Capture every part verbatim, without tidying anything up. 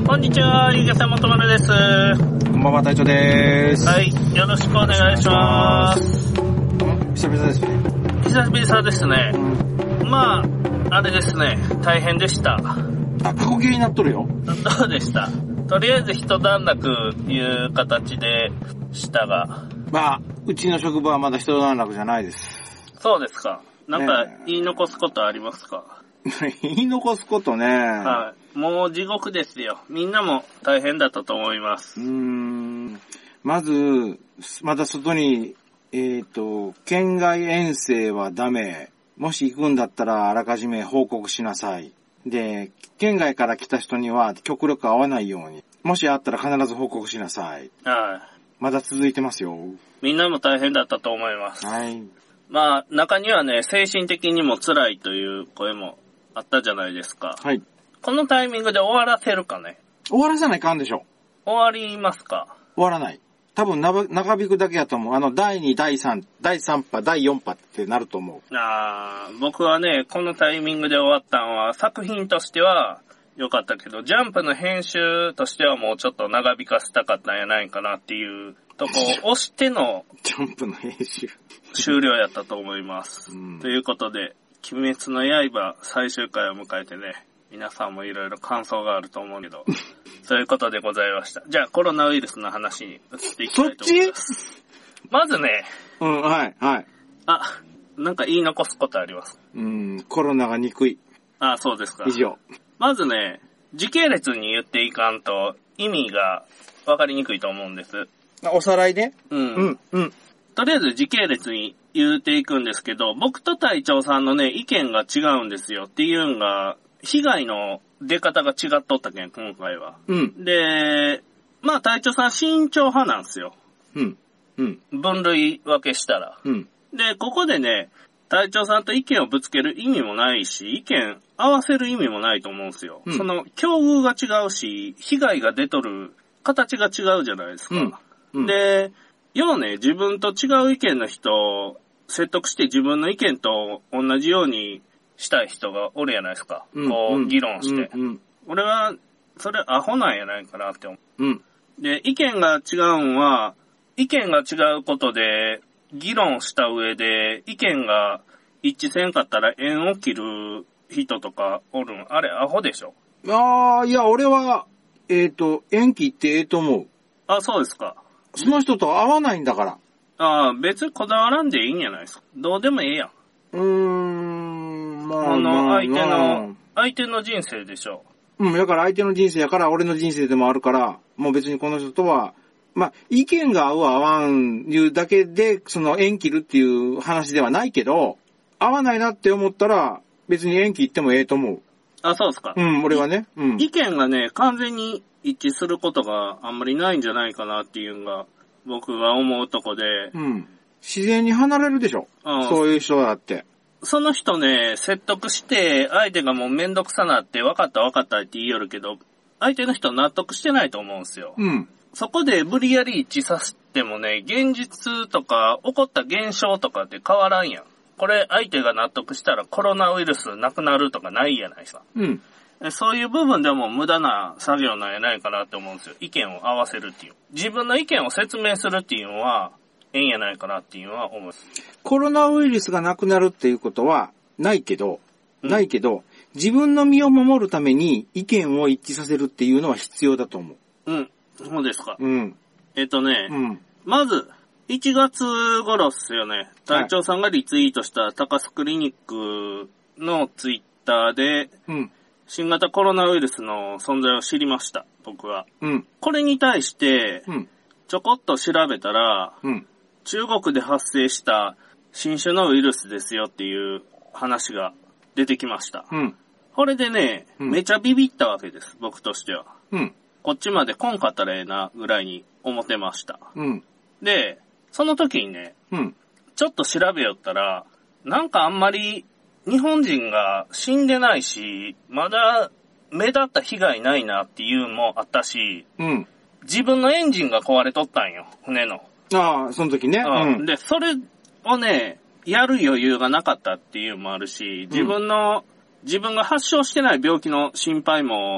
こんにちは、ゆうげさんもとまるです。 こんばんは、隊長でーす。 はい、よろしくお願いします。 久々ですね。 久々ですね。まあ、あれですね、大変でした。 あ、過去形になっとるよ。 どうでした？とりあえず一段落いう形でしたが。 まあ、うちの職場はまだ一段落じゃないです。 そうですか。なんか言い残すことありますか？ 言い残すことね。 はい。もう地獄ですよ。みんなも大変だったと思います。 うーん。まず、まだ外に、えっと、県外遠征はダメ。もし行くんだったらあらかじめ報告しなさい。で、県外から来た人には極力会わないように。もしあったら必ず報告しなさい。 はい。 まだ続いてますよ。 みんなも大変だったと思います。 はい。 まあ、中にはね、精神的にも辛いという声もあったじゃないですか。 はい。 このタイミングで終わらせるかね？ 終わらさないかんでしょ。 終わりますか？ 終わらない。多分長引くだけやと思う。あの、だいに、だいさん、だいさん波、だいよん波ってなると思う。 あー、僕はね、このタイミングで終わったのは、作品としては良かったけど、ジャンプの編集としてはもうちょっと長引かせたかったんやないかなっていうとこを押してのジャンプの編集終了やったと思います。 うん、 ということで、鬼滅の刃最終回を迎えてね、皆さんもいろいろ感想があると思うけど、そういうことでございました。じゃあコロナウイルスの話に移っていきたいと思います。そっち？まずね、 うん、はい、はい。 あ、なんか言い残すことあります。 うん、コロナが憎い。 あ、そうですか。 以上。 まずね、時系列に言っていかんと意味が分かりにくいと思うんです。 おさらいね。 うん。 うん、うん。 とりあえず時系列に言っていくんですけど、僕と隊長さんのね、意見が違うんですよっていうのが、被害の出方が違っとったけん、今回は。 うん。 で、まあ隊長さん慎重派なんですよ。 うん。うん。 分類分けしたら。 うん。 で、ここでね、隊長さんと意見をぶつける意味もないし、意見合わせる意味もないと思うんですよ。うん、その、境遇が違うし、被害が出とる形が違うじゃないですか。うんうん、で、要はね、自分と違う意見の人を説得して自分の意見と同じようにしたい人がおるやないですか。うん、こう、議論して。うんうん、俺は、それアホなんやないかなって思う。うん、で、意見が違うんは、意見が違うことで、議論した上で、意見が一致せんかったら縁を切る人とかおるん。あれ、アホでしょ？ ああ、いや、俺は、えっと、縁切ってええと思う。 あ、そうですか。 その人と合わないんだから。 ああ、別にこだわらんでいいんじゃないですか。どうでもええやん。 うーん、まあ、まあ、 この相手の、相手の人生でしょ。 うん、だから相手の人生やから俺の人生でもあるから、もう別にこの人とは、まあ、意見が合う合わんいうだけで、その縁切るっていう話ではないけど、合わないなって思ったら、別に縁切ってもええと思う。 あ、そうですか。 うん、俺はね。うん。 意見がね、完全に一致することがあんまりないんじゃないかなっていうのが、僕が思うとこで。 うん。自然に離れるでしょ。うん。そういう人だって。 その人ね、説得して、相手がもうめんどくさなって、分かった分かったって言いよるけど、相手の人納得してないと思うんですよ。うん。そこで無理やり一致させてもね、現実とか起こった現象とかって変わらんやん。これ相手が納得したらコロナウイルスなくなるとかないやないですか。うん。そういう部分でも無駄な作業なんやないかなって思うんですよ。意見を合わせるっていう。自分の意見を説明するっていうのは、ええんやないかなっていうのは思う。 コロナウイルスがなくなるっていうことはないけど、うん、ないけど、自分の身を守るために意見を一致させるっていうのは必要だと思う。 うん。そうですか。 うん。 えっとね、うん、まず、いちがつ頃っすよね。隊長さんがリツイートした高須クリニックのツイッターで、うん、新型コロナウイルスの存在を知りました、僕は。うん、これに対して、うん、ちょこっと調べたら、うん、中国で発生した新種のウイルスですよっていう話が出てきました。うん、これでね、うん、めちゃビビったわけです、僕としては。うんこっちまで来んかったらええな、ぐらいに思ってました。うん。で、その時にね、うん。ちょっと調べよったら、なんかあんまり日本人が死んでないし、まだ目立った被害ないなっていうのもあったし、うん。自分のエンジンが壊れとったんよ、船の。 ああ、その時ね。 うん。で、それをね、やる余裕がなかったっていうのもあるし、自分の、うん、自分が発症してない病気の心配も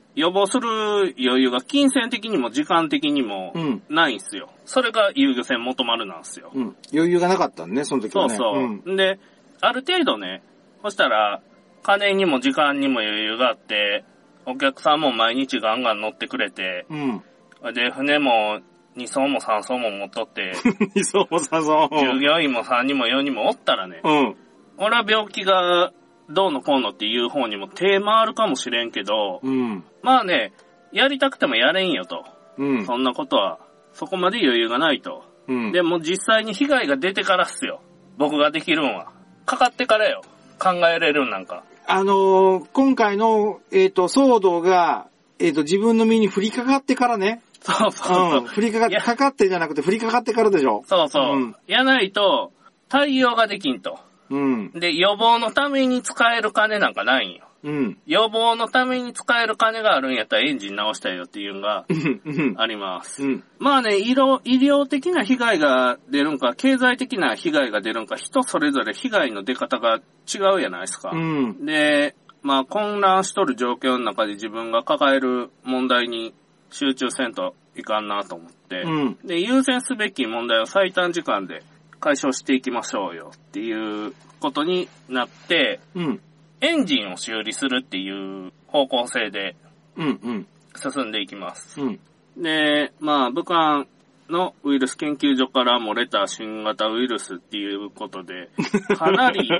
予防する余裕が金銭的にも時間的にもないんすよ。うん、それが遊漁船元丸なんすよ。 うん。余裕がなかったんね、その時はね。 そうそう。うん、で、ある程度ね、そしたら、金にも時間にも余裕があって、お客さんも毎日ガンガン乗ってくれて、うん、で、船もに艘もさん艘も持っとって、 に艘もさん艘従業員もさんにんもよにんもおったらね、うん、俺は病気がどうのこうのっていう方にも手回るかもしれんけど、うん、まあね、やりたくてもやれんよと。うん、そんなことは、そこまで余裕がないと。うん、でも実際に被害が出てからっすよ。僕ができるんは。かかってからよ。考えれるんなんか。 あのー、今回の、えっ、ー、と、騒動が、えっ、ー、と、自分の身に降りかかってからね。 そうそうそう。 うん、降りかかって、かかってじゃなくて降りかかってからでしょ。 そうそう。うん、やないと、対応ができんと。うん。で、予防のために使える金なんかないんよ。うん。予防のために使える金があるんやったらエンジン直したいよっていうのがあります。うん。まあね、医療、医療的な被害が出るんか、経済的な被害が出るんか、人それぞれ被害の出方が違うやないですか。うん。で、まあ混乱しとる状況の中で自分が抱える問題に集中せんといかんなと思って、うん。で、優先すべき問題を最短時間で解消していきましょうよっていうことになって、うん。エンジンを修理するっていう方向性で進んでいきます。うんうん、で、まあ、武漢のウイルス研究所から漏れた新型ウイルスっていうことで、かなり、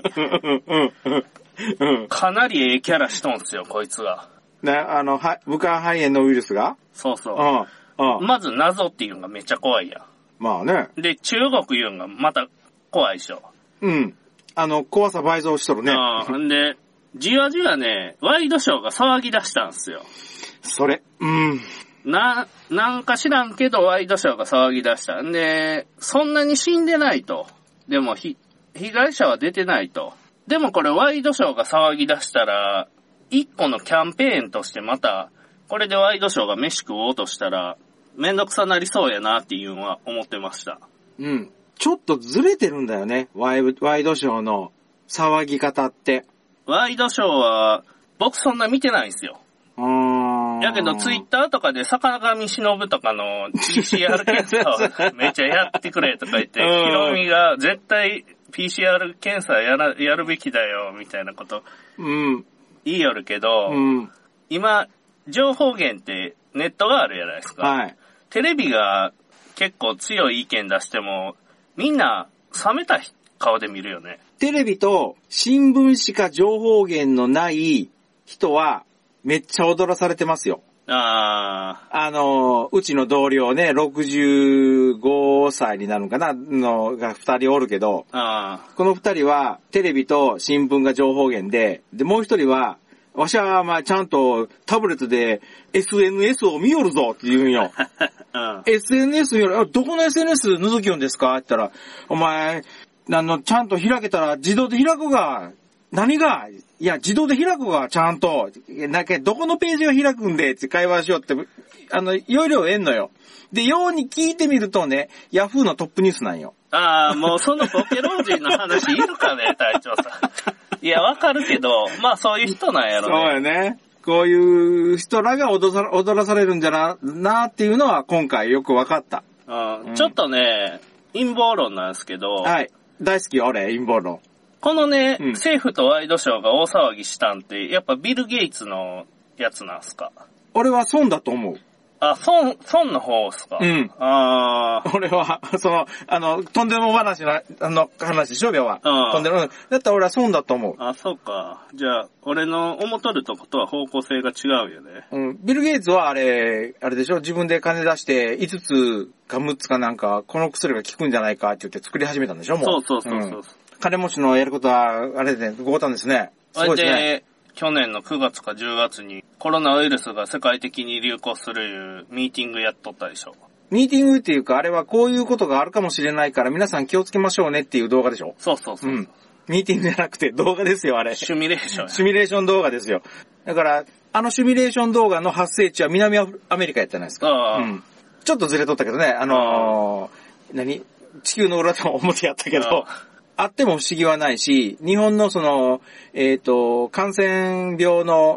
かなりええキャラしとんすよ、こいつが。 ね、あの、は、武漢肺炎のウイルスがそうそう。あああまず謎っていうのがめっちゃ怖いやん。 まあね。 で、中国いうのがまた怖いでしょ。 うん。あの、怖さ倍増しとるね。 ああ、んで、じわじわね、ワイドショーが騒ぎ出したんすよ。 それ、うん。 な、なんか知らんけどワイドショーが騒ぎ出した。んで、そんなに死んでないと。でも、ひ、被害者は出てないと。でもこれワイドショーが騒ぎ出したら、一個のキャンペーンとしてまた、これでワイドショーが飯食おうとしたら、めんどくさなりそうやなっていうのは思ってました。 うん。ちょっとずれてるんだよね。ワイ、ワイドショーの騒ぎ方って。 ワイドショーは、僕そんな見てないんですよ。うーん。やけど、ツイッターとかで坂上忍とかの ピーシーアール 検査をめっちゃやってくれとか言って、ヒロミが絶対 ピーシーアール 検査やら、やるべきだよ、みたいなこと、うん。言いよるけど、うん、今、情報源ってネットがあるじゃないですか。はい。テレビが結構強い意見出しても、みんな冷めた顔で見るよね。 テレビと新聞しか情報源のない人はめっちゃ踊らされてますよ。ああ。あの、うちの同僚ね、ろくじゅうごさいになるのかなのがふたりおるけど、あこのふたりはテレビと新聞が情報源で、で、もうひとりは、わしはまあちゃんとタブレットで エスエヌエス を見よるぞって言うんよ。うん、エスエヌエス 見よる、どこの エスエヌエス 覗きよんですかって言ったら、お前、あの、ちゃんと開けたら自動で開くが、何がいや、自動で開くが、ちゃんと。だけどこのページが開くんで、って会話しようって、あの、容量得んのよ。で、ように聞いてみるとね、ヤフーのトップニュースなんよ。 ああ、もうそのボケ老人の話いるかね、隊長さん。いや、わかるけど、まあそういう人なんやろね。 そうやね。こういう人らが踊ら踊らされるんじゃな、なっていうのは今回よくわかった。 うん、ちょっとね、陰謀論なんですけど。 はい。大好きよ、俺、陰謀論。 このね、うん、政府とワイドショーが大騒ぎしたんって、やっぱビル・ゲイツのやつなんすか？ 俺は損だと思う。 あ、損、損の方っすか？うん。ああ。俺は、その、あの、とんでも話の、あの、話でしょ、秒は。うん。とんでも、だったら俺は損だと思う。 あ、そうか。じゃあ、俺の思っとるとことは方向性が違うよね。 うん。ビル・ゲイツはあれ、あれでしょ、自分で金出して、いつつかむっつかなんか、この薬が効くんじゃないかって言って作り始めたんでしょ、もう。 そうそうそうそう。うん、 金持ちのやることは、あれで、ごぼたんですね。すごいですね。で、 去年のくがつかじゅうがつにコロナウイルスが世界的に流行するミーティングやっとったでしょ。 ミーティングっていうか、あれはこういうことがあるかもしれないから皆さん気をつけましょうねっていう動画でしょ。 そうそうそう。うん。 ミーティングじゃなくて動画ですよ、あれ。 シミュレーション。 シミュレーション動画ですよ。だから、あのシミュレーション動画の発生地は南アメリカやったじゃないですか。ああ。うん。ちょっとずれとったけどね、あのー、何地球の裏と表やったけど。あっても不思議はないし、日本のその、えっと、感染病の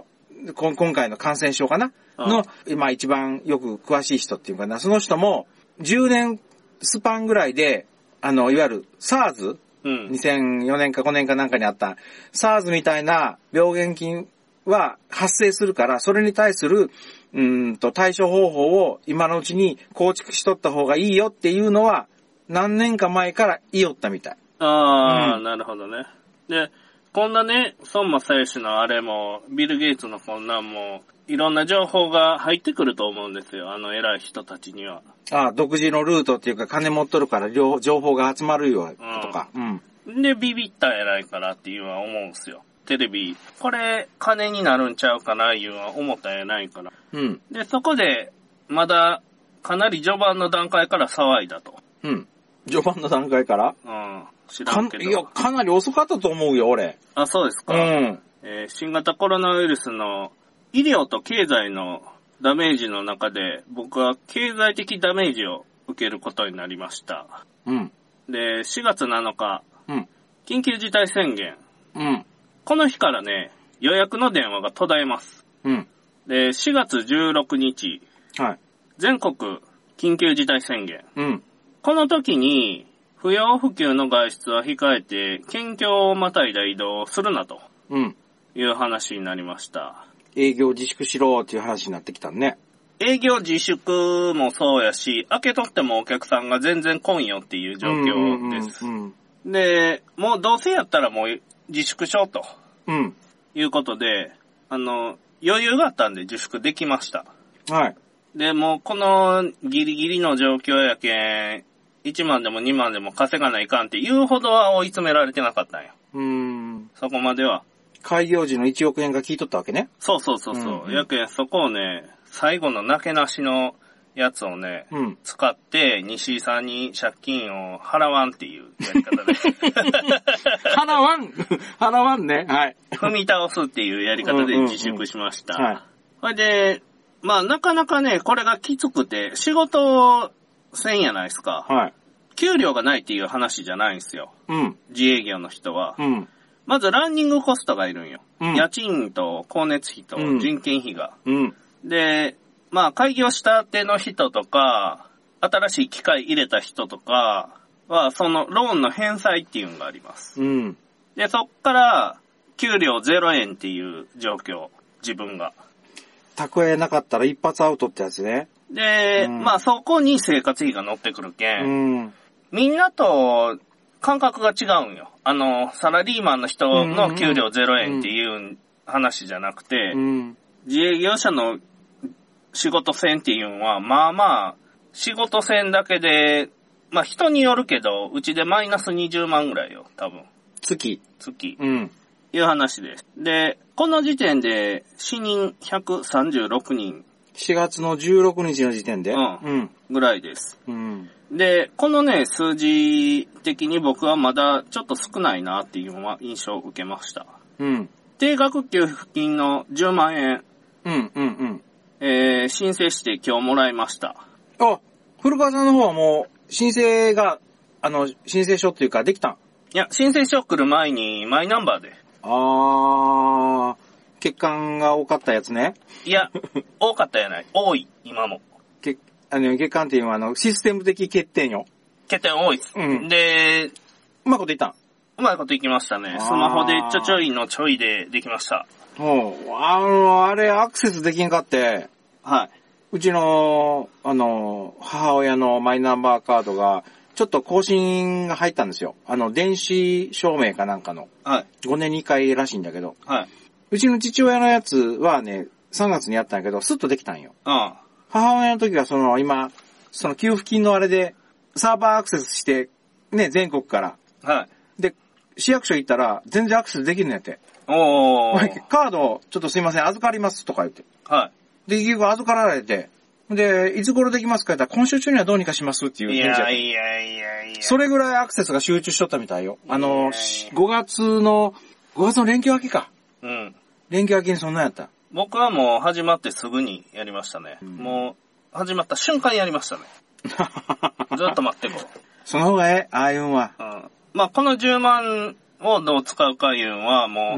こ今回の感染症かなの、まあ一番よく詳しい人っていうかな、その人もじゅうねんスパンぐらいで、あの、いわゆる SARS、うん、にせんよねんかごねんかなんかにあった SARS みたいな病原菌は発生するから、それに対する、うーんと対処方法を今のうちに構築しとった方がいいよっていうのは、何年か前から言いよったみたい。 ああ、うん、なるほどね。で、こんなね、孫正義のあれも、ビル・ゲイツのこんなんも、いろんな情報が入ってくると思うんですよ、あの偉い人たちには。 ああ、独自のルートっていうか金持っとるから情報が集まるよ、とか。 うん。うん、で、ビビった偉いからっていうのは思うんですよ。テレビ、これ、金になるんちゃうかな、いうのは思ったんやないから。うん。で、そこで、まだ、かなり序盤の段階から騒いだと。 うん。序盤の段階から？ うん。知らんけど。 いや、かなり遅かったと思うよ、俺。 あ、そうですか。うん。えー、新型コロナウイルスの医療と経済のダメージの中で、僕は経済的ダメージを受けることになりました。うん。で、しがつなのか、うん。緊急事態宣言。うん。この日からね、予約の電話が途絶えます。うん。で、しがつじゅうろくにち。はい。全国緊急事態宣言。うん。この時に、不要不急の外出は控えて、県境をまたいだ移動をするなと。うん。いう話になりました。 営業自粛しろっていう話になってきたね。 営業自粛もそうやし、開けとってもお客さんが全然来んよっていう状況です。うんうんうん、で、もうどうせやったらもう自粛しようと。うん。いうことで、あの、余裕があったんで自粛できました。はい。で、もうこのギリギリの状況やけん、いちまんでもにまんでも稼がないかんって言うほどは追い詰められてなかったんよ。うーん。そこまでは。 開業時のいちおくえんが効いとったわけね。 そうそうそうそう。うんうん、やけんそこをね、最後のなけなしのやつをね、うん、使って西井さんに借金を払わんっていうやり方で。 払わん払わんね。はい。 踏み倒すっていうやり方で自粛しました。うんうんうん、はい。それで、まあなかなかね、これがきつくて、仕事せんやないですか。はい。給料がないっていう話じゃないんですよ。うん。自営業の人は。うん。まずランニングコストがいるんよ。うん。家賃と光熱費と人件費が。うん。で、まあ開業したての人とか、新しい機械入れた人とかは、そのローンの返済っていうのがあります。うん。で、そっから、給料ゼロえんっていう状況。自分が。 蓄えなかったら一発アウトってやつね。 で、うん、まあそこに生活費が乗ってくるけん、うん、みんなと感覚が違うんよ。あの、サラリーマンの人の給料ゼロえんっていう話じゃなくて、うん、自営業者の仕事せんっていうのは、まあまあ、仕事せんだけで、まあ人によるけど、うちでマイナスにじゅうまんぐらいよ、多分。 月。 月。うん。いう話です。で、この時点で死人ひゃくさんじゅうろくにん。 しがつのじゅうろくにちの時点で、うん、 うん。ぐらいです。うん。で、このね、数字的に僕はまだちょっと少ないなっていうのは印象を受けました。うん。定額給付金のじゅうまんえん。うんうんうん。えー、申請して今日もらいました。 あ、古川さんの方はもう申請が、あの、申請書っていうかできたん？ いや、申請書来る前にマイナンバーで。 あー、欠陥が多かったやつね。 いや、多かったやない。多い、今も。 けあの欠陥っていうのは、あの、システム的欠点よ。 欠点多いです。うん。で、 うまいこといったん？ うまいこといきましたね。スマホでちょちょいのちょいでできました。 おう、あの、あれアクセスできんかって、はい。うちの、あの、母親のマイナンバーカードが、ちょっと更新が入ったんですよ。あの、電子証明かなんかの。はい。ごねんにいっかいらしいんだけど。はい。うちの父親のやつはね、さんがつにやったんやけど、スッとできたんよ。うん。母親の時はその、今、その給付金のあれで、サーバーアクセスして、ね、全国から。はい。で、市役所行ったら、全然アクセスできるんやって。おー。カード、ちょっとすいません、預かりますとか言って。はい。で、結局預かられて、で、いつ頃できますかって言ったら、今週中にはどうにかしますっていう返事だった。いやいやいやいや。それぐらいアクセスが集中しとったみたいよ。あの、ごがつの、ごがつの連休明けか。うん。連休明けにそんなんやった。 僕はもう始まってすぐにやりましたね。うん、もう、始まった瞬間やりましたね。ずっと待ってこう。 その方がええ、ああいうんは。 うん。まあ、このじゅうまんをどう使うかいうんは、もう、うん、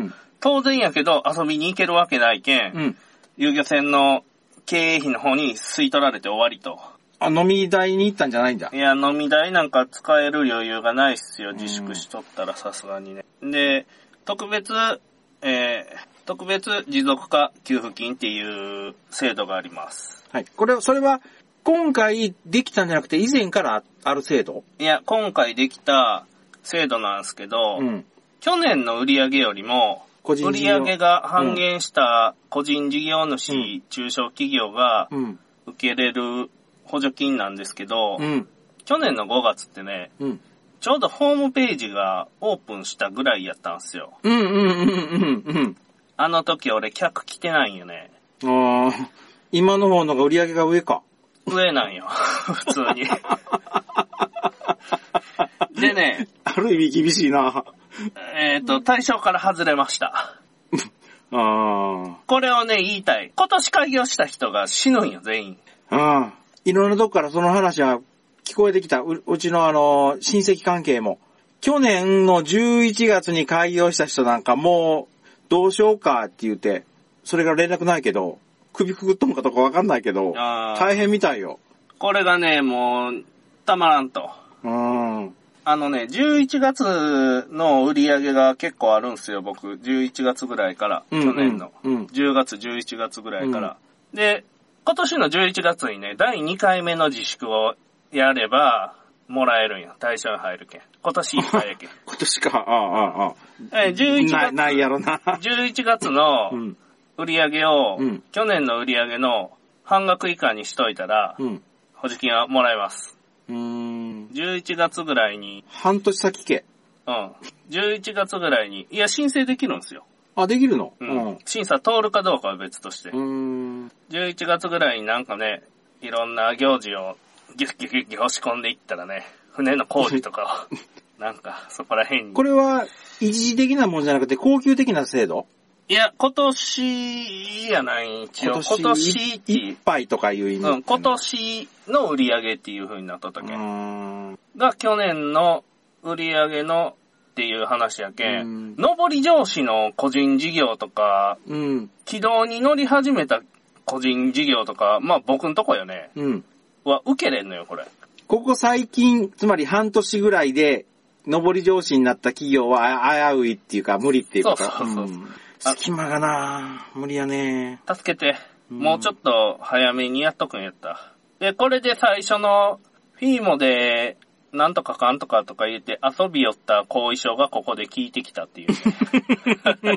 当然やけど遊びに行けるわけないけん、うん、遊漁船の経営費の方に吸い取られて終わりと。 あ、飲み代に行ったんじゃないんだ。 いや、飲み代なんか使える余裕がないっすよ。自粛しとったらさすがにね。で、特別、えー、特別持続化給付金っていう制度があります。 はい。これ、それは、今回できたんじゃなくて以前からある制度？ いや、今回できた制度なんですけど、うん、去年の売り上げよりも、売り上げが半減した個人事業主、うん、中小企業が受けれる補助金なんですけど、うん、去年のごがつってね、うん、ちょうどホームページがオープンしたぐらいやったんですよ。 うんうんうんうんうん。 あの時俺客来てないんよね。 ああ、今の方のが売り上げが上か。 上なんよ。普通に。でね。 ある意味厳しいな。 えっと、対象から外れました。 あこれをね、言いたい。今年開業した人が死ぬんよ、全員。 ああ。いろんなとこからその話は聞こえてきた。う, うちのあの、親戚関係も。去年のじゅういちがつに開業した人なんかもう、どうしようかって言って、それから連絡ないけど、首くくっとんかとかわかんないけど、大変みたいよ。 これがね、もう、たまらんと。 うん。 あのね、じゅういちがつの売り上げが結構あるんすよ、僕。じゅういちがつぐらいから、うんうん、去年の。うん、じゅうがつ、じゅういちがつぐらいから、うん。で、今年のじゅういちがつにね、だいにかいめの自粛をやれば、もらえるんよ。対象に入るけん。今年いっぱいやけん。 今年か。ああ、ああ。 え、じゅういちがつ。 ない、ないやろな。 じゅういちがつの売り上げを、うん、去年の売り上げの半額以下にしといたら、うん、補助金はもらえます。 うーん。 じゅういちがつぐらいに。 半年先け。 うん。じゅういちがつぐらいに、いや、申請できるんですよ。 あ、できるの？ うん。うん、審査通るかどうかは別として。 うーん。 じゅういちがつぐらいになんかね、いろんな行事をギュッギュッギュッギュッ押し込んでいったらね、船の工事とかを、なんか、そこら辺に。 これは、一時的なものじゃなくて、恒久的な制度？ いや、今年やない、一応。今年いっぱいとかいう意味。 うん、今年の売り上げっていう風になっとったけん。が、去年の売り上げのっていう話やけん。上り上司の個人事業とか、うん、軌道に乗り始めた個人事業とか、まあ僕んとこよね。うん。は受けれんのよ、これ。 ここ最近、つまり半年ぐらいで、上り上司になった企業は危ういっていうか、無理っていうか。 そうそうそう。うん隙間がなぁ。無理やね。 助けて。もうちょっと早めにやっとくんやった。で、これで最初のフィーモでなんとかかんとかとか言って遊び寄った後遺症がここで効いてきたっていう、ね。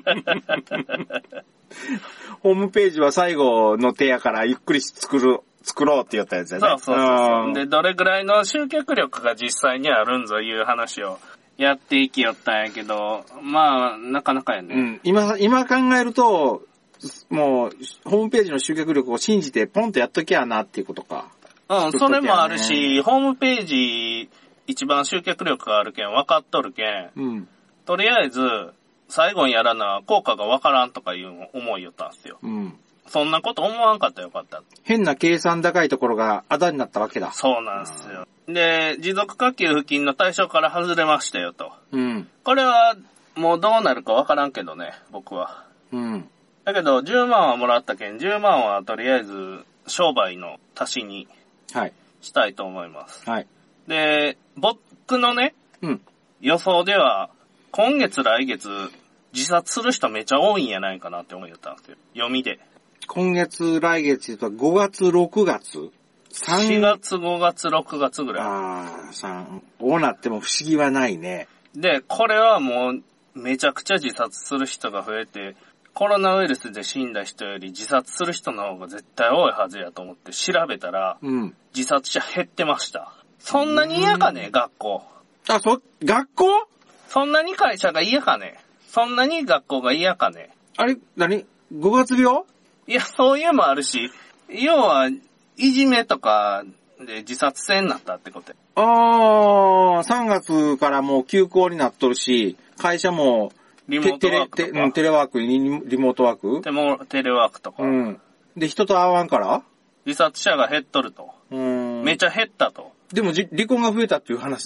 ホームページは最後の手やからゆっくり作る、作ろうって言ったやつやね。 そうそうそうそう。で、どれぐらいの集客力が実際にあるんぞいう話を。やっていきよったんやけど、まあ、なかなかやね。 うん。今、今考えると、もう、ホームページの集客力を信じてポンとやっときゃなっていうことか。 うん、それもあるし、ホームページ一番集客力があるけん分かっとるけん、うん、とりあえず、最後にやらな効果が分からんとかいう思いよったんですよ。うん。そんなこと思わんかったらよかった。 変な計算高いところがあだになったわけだ。 そうなんですよ。で、持続化給付金の対象から外れましたよと。うん。これは、もうどうなるかわからんけどね、僕は。うん。だけど、じゅうまんはもらったけん、じゅうまんはとりあえず、商売の足しに、はい。したいと思います。はい。で、僕のね、うん。予想では、今月来月、自殺する人めっちゃ多いんやないかなって思いよったんですよ。読みで。 今月来月とごがつ、ろくがつしがつ、ごがつ、ろくがつぐらい。 ああ、さん。こうなっても不思議はないね。 で、これはもう、めちゃくちゃ自殺する人が増えて、コロナウイルスで死んだ人より自殺する人の方が絶対多いはずやと思って調べたら、うん、自殺者減ってました。そんなに嫌かね、学校。 あ、そ、学校？ そんなに会社が嫌かね。そんなに学校が嫌かね。 あれ、なに？ごがつ病？ いや、そういうのもあるし、要は、いじめとかで自殺せんなったってことや。 ああ、さんがつからもう休校になっとるし、会社も、 リモートワークとか。 テレ、テレワーク、リモートワーク？ テモテレワークとか。 うん。で、人と会わんから自殺者が減っとると。うん。めちゃ減ったと。 でもじ、離婚が増えたっていう話で？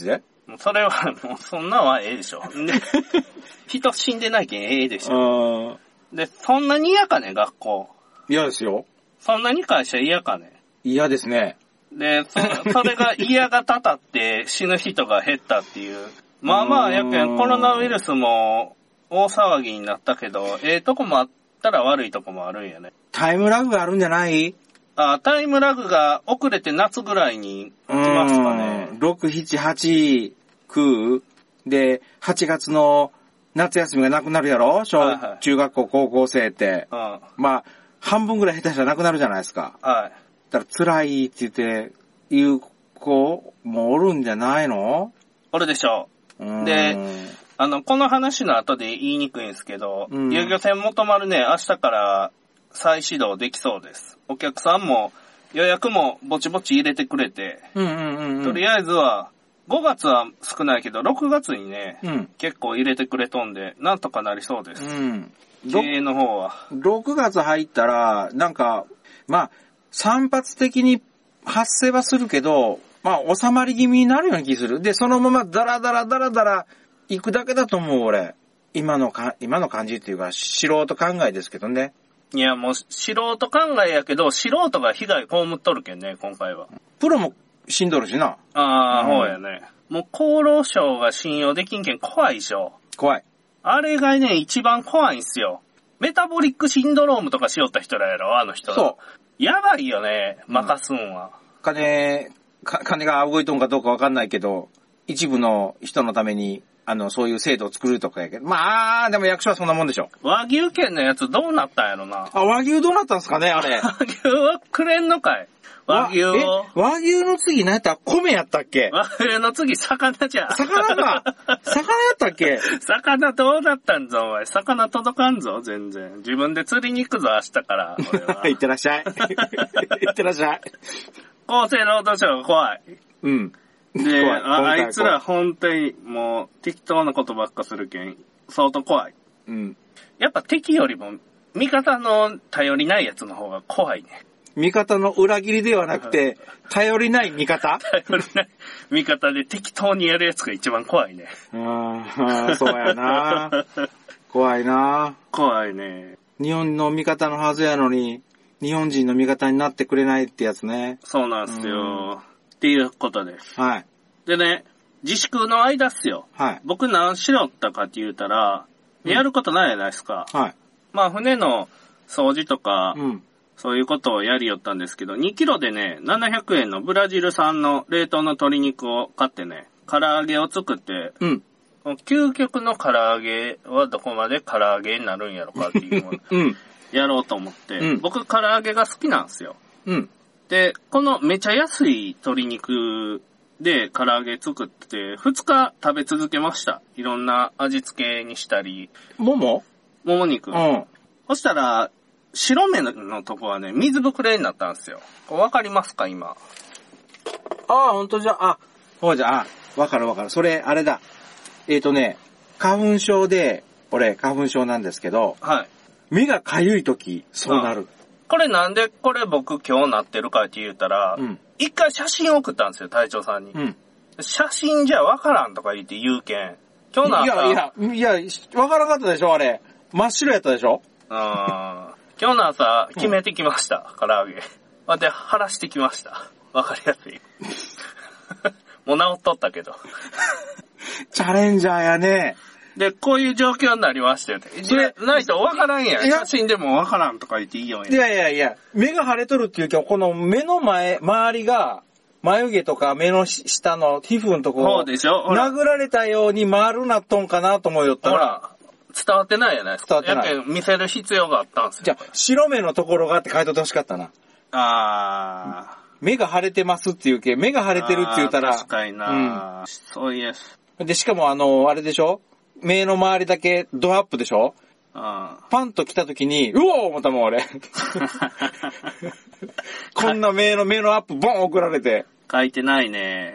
それはもうそんなんはええでしょ。で人死んでないけんええでしょ。で、そんなに嫌かね、学校。 嫌ですよ。 そんなに会社嫌かね。 嫌ですね。 で、そ、それが嫌がたたって死ぬ人が減ったっていう。まあまあ、やけんコロナウイルスも大騒ぎになったけど、ええとこもあったら悪いとこもあるんやね。 タイムラグがあるんじゃない？ あ、タイムラグが遅れて夏ぐらいに来ますかね。 ろく、しち、はち、きゅうで、はちがつの夏休みがなくなるやろ、小、はいはい、中学校高校生って。うん、まあ、半分ぐらい下手したらなくなるじゃないですか。はい。だから辛いって言って、言う子もおるんじゃないの？ おるでしょう。で、あの、この話の後で言いにくいんですけど、うん、遊漁船元丸ね、明日から再始動できそうです。お客さんも予約もぼちぼち入れてくれて、うんうんうんうん、とりあえずは、ごがつは少ないけど、ろくがつにね、うん、結構入れてくれとんで、なんとかなりそうです。うん、経営の方は。 ろくがつ入ったら、なんか、まあ、散発的に発生はするけど、まあ、収まり気味になるような気する。で、そのままダラダラダラダラ行くだけだと思う、俺。今のか、今の感じっていうか、素人考えですけどね。 いや、もう、素人考えやけど、素人が被害被っとるけんね、今回は。 プロも死んどるしな。 ああ、そう、うん、やね。もう厚労省が信用できんけん怖いでしょ。 怖い。 あれがね、一番怖いんすよ。メタボリックシンドロームとかしよった人らやろ、あの人。そう。やばいよね、任すんは。うん、 金、か、金が動いとんかどうかわかんないけど、一部の人のために、あの、そういう制度を作るとかやけど。まあ、でも役所はそんなもんでしょ。 和牛券のやつどうなったんやろな。 あ、和牛どうなったんすかね、あれ。 和牛はくれんのかい。和牛を。え、 和牛の次何やった米やったっけ？ 和牛の次魚じゃ。 魚か。魚やったっけ？ 魚どうだったんぞ、お前。魚届かんぞ、全然。自分で釣りに行くぞ、明日から。俺は。 いってらっしゃい。いってらっしゃい。 厚生労働省が怖い。 うん。 で、あ, あいつら本当にもう適当なことばっかするけん、相当怖い。うん。やっぱ敵よりも味方の頼りないやつの方が怖いね。 味方の裏切りではなくて、頼りない味方頼りない味方で適当にやるやつが一番怖いね。 ああ、そうやな。怖いな。 怖いね。 日本の味方のはずやのに、日本人の味方になってくれないってやつね。 そうなんすよ。っていうことです。 はい。 でね、自粛の間っすよ。 はい。 僕何しろったかって言うたら、うん、やることないじゃないですか。 はい。 まあ船の掃除とか、うん、そういうことをやりよったんですけど、にキロでね、ななひゃくえんのブラジル産の冷凍の鶏肉を買ってね、唐揚げを作って、うん。究極の唐揚げはどこまで唐揚げになるんやろかっていうのを、うん、やろうと思って、うん、僕唐揚げが好きなんですよ。うん。で、このめちゃ安い鶏肉で唐揚げ作ってふつか食べ続けました。いろんな味付けにしたり。 もも？ もも肉。うん。そしたら、白目のとこはね、水ぶくれになったんですよ。わかりますか今。 ああ、ほんとじゃ、あ、ほうじゃ、あ、わかるわかる。それ、あれだ。えっとね、花粉症で、俺、花粉症なんですけど、はい。目がかゆいとき、そうなる。 これなんでこれ僕今日なってるかって言ったら、うん、一回写真送ったんですよ、隊長さんに。うん、写真じゃわからんとか言って言うけん。今日の朝。 いや、いや、いや、わからなかったでしょ、あれ。真っ白やったでしょ。 あ今日の朝、決めてきました、うん、唐揚げ。で、晴らしてきました。わかりやすい。もう治っとったけど。 チャレンジャーやね。 で、こういう状況になりましたよね。それ、ないと分からんやん。写真でも分からんとか言っていいよね。 いやいやいや、目が腫れとるっていうか、この目の前、周りが、眉毛とか目の下の皮膚のところ、 そうでしょ殴られたように丸なっとんかなと思いよったら、ほら、 伝わってないじゃないですか。 伝わってない。 やけん見せる必要があったんですよ。 じゃあ、白目のところがって書いとってほしかったな。 あー。 目が腫れてますっていうけ、目が腫れてるって言ったら。 確かにな、うん、そういえ。 で、しかもあの、あれでしょ目の周りだけドアップでしょあパンと来た時に、うおー思ったもん俺。こんな目の、目のアップボン送られて。 書いてないね。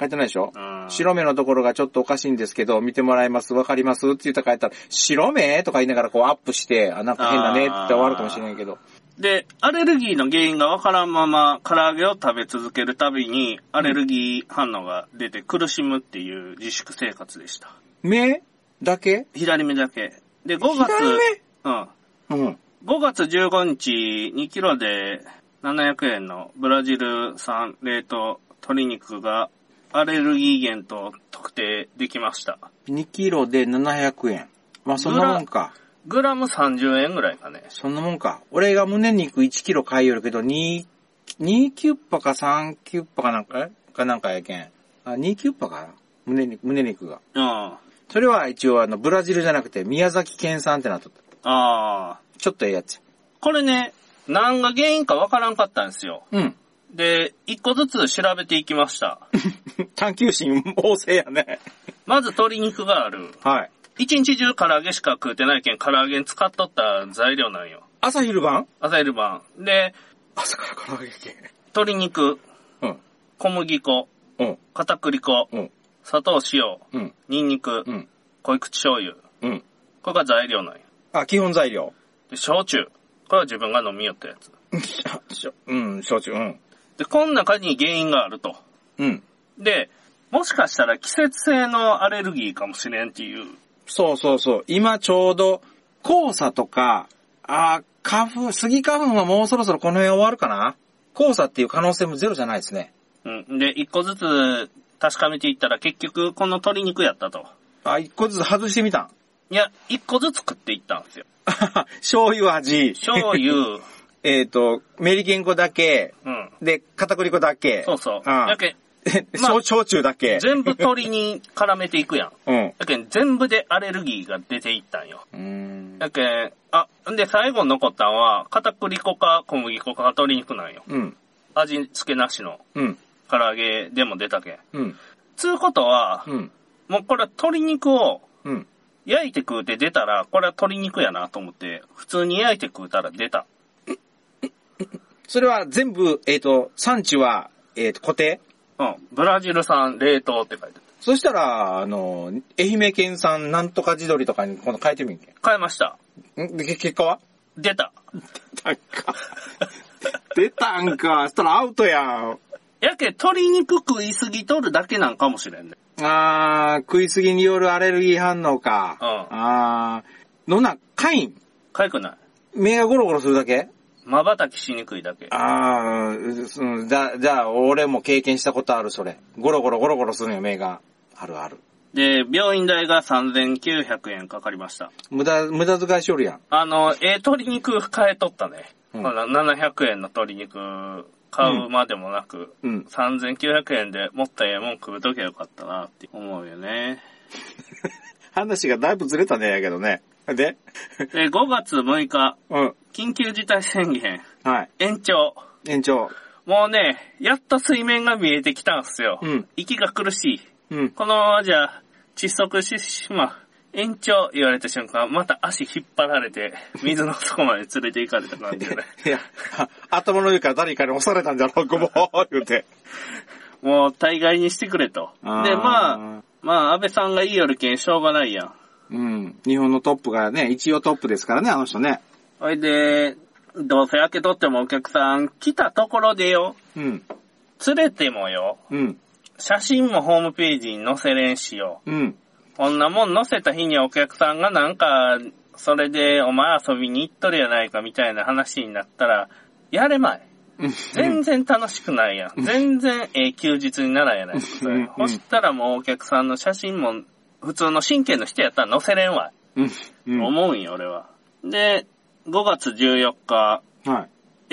書いてないでしょ。白目のところがちょっとおかしいんですけど、見てもらえますわかりますって言ったら書いたら、白目とか言いながらこうアップして、あ、なんか変だねって終わるかもしれないけど。 で、アレルギーの原因がわからんまま、唐揚げを食べ続けるたびに、アレルギー反応が出て苦しむっていう自粛生活でした。 目だけ？ 左目だけ。で、ごがつ、 左目？ うん。うん。ごがつじゅうごにち、にキロでななひゃくえんのブラジル産冷凍鶏肉がアレルギー源と特定できました。 にキロでななひゃくえん。まあそんなもんか。 グラムさんじゅうえんぐらいかね。 そんなもんか。俺が胸肉いちキロ買いよるけど、に、にキュッパかさんキュッパかなんか、えかなんかやけん。あ、にキュッパかな胸肉、胸肉が。 うん。 それは一応あの、ブラジルじゃなくて宮崎県産ってなっとった。 ああ。 ちょっとええやつ。 これね、何が原因かわからんかったんですよ。 うん。 で、一個ずつ調べていきました。 探求心旺盛やね。 まず鶏肉がある。 はい。 一日中唐揚げしか食うてないけん、唐揚げに使っとった材料なんよ。 朝昼晩？ 朝昼晩。で、 朝から唐揚げ系。 鶏肉。 うん。 小麦粉。 うん。 片栗粉。 うん。 砂糖、塩。 うん。 ニンニク。 うん。 濃い口醤油。 うん。 これが材料なんよ。 あ、基本材料。 で、焼酎。これは自分が飲みよったやつ。 うん、焼酎、うん。 で、この中に原因があると。 うん。 で、もしかしたら季節性のアレルギーかもしれんっていう。 そうそうそう。今ちょうど、黄砂とか、あ、花粉、スギ花粉はもうそろそろこの辺終わるかな？黄砂っていう可能性もゼロじゃないですね。 うん。で、一個ずつ確かめていったら結局この鶏肉やったと。 あ、一個ずつ外してみたん？ いや、一個ずつ食っていったんですよ。 醤油味。 醤油。 えっと、メリケン粉だけ。 うん。 で、片栗粉だけ。 そうそう。 ああやけまあ、焼酎だけ。 全部鶏に絡めていくやん。 うん。 やけん全部でアレルギーが出ていったんよ。 うーん。 やけん、あ、んで最後に残ったんは、片栗粉か小麦粉か鶏肉なんよ。 うん。 味付けなしの。 うん。 唐揚げでも出たけん。 うん。 つうことは、 うん。 もうこれは鶏肉を、 うん。 焼いて食うて出たら、これは鶏肉やなと思って、普通に焼いて食うたら出た。 それは全部、えっと、産地は、えっと、固定？ うん。ブラジル産冷凍って書いてある。 そしたら、あの、愛媛県産なんとか地鶏とかに今度変えてみんけん。 変えました。 んで、結果は？ 出た。 出たんか。出たんか。そしたらアウトやん。 やけ、鶏肉食いすぎとるだけなんかもしれんね。 あー、食いすぎによるアレルギー反応か。 うん。 あー、のな、かいん？ かゆくない。 目がゴロゴロするだけ？ 瞬きしにくいだけ。 あー、うん、じゃ、じゃあ、俺も経験したことある、それ。ゴロゴロゴロゴロするよ、目が。あるある。 で、病院代がさんぜんきゅうひゃくえんかかりました。 無駄、無駄遣いしよるやん。 あの、ええ鶏肉買えとったね。 うん、 まだななひゃくえんの鶏肉買うまでもなく、 うん、 さんぜんきゅうひゃくえんでもっとええもん食うときゃよかったなって思うよね。 話がだいぶずれたねやけどね。でで、ごがつむいか、 うん、 緊急事態宣言。 はい。 延長。 延長。 もうね、やっと水面が見えてきたんすよ。 うん。 息が苦しい。 うん。 このままじゃ、窒息してしまう。延長言われた瞬間、また足引っ張られて、水の底まで連れて行かれた感じでね。 いや、頭の上から誰かに押されたんじゃろ、ごぼー言うて。 もう、大概にしてくれと。で、まあ、まあ、安倍さんが言いよるけん、しょうがないやん。 うん。日本のトップがね、一応トップですからね、あの人ね。 ほいで、どうせ開けとってもお客さん来たところでよ。 うん。 連れてもよ。 うん。 写真もホームページに載せれんしよ。 うん。 こんなもん載せた日にお客さんがなんか、それでお前遊びに行っとるやないかみたいな話になったら、やれまい。全然楽しくないやん。全然ええ休日にならんやないか。それ。そしたらもうお客さんの写真も、普通の神経の人やったら載せれんわ。 うん。うん、 思うんよ、俺は。で、ごがつじゅうよっか、 はい、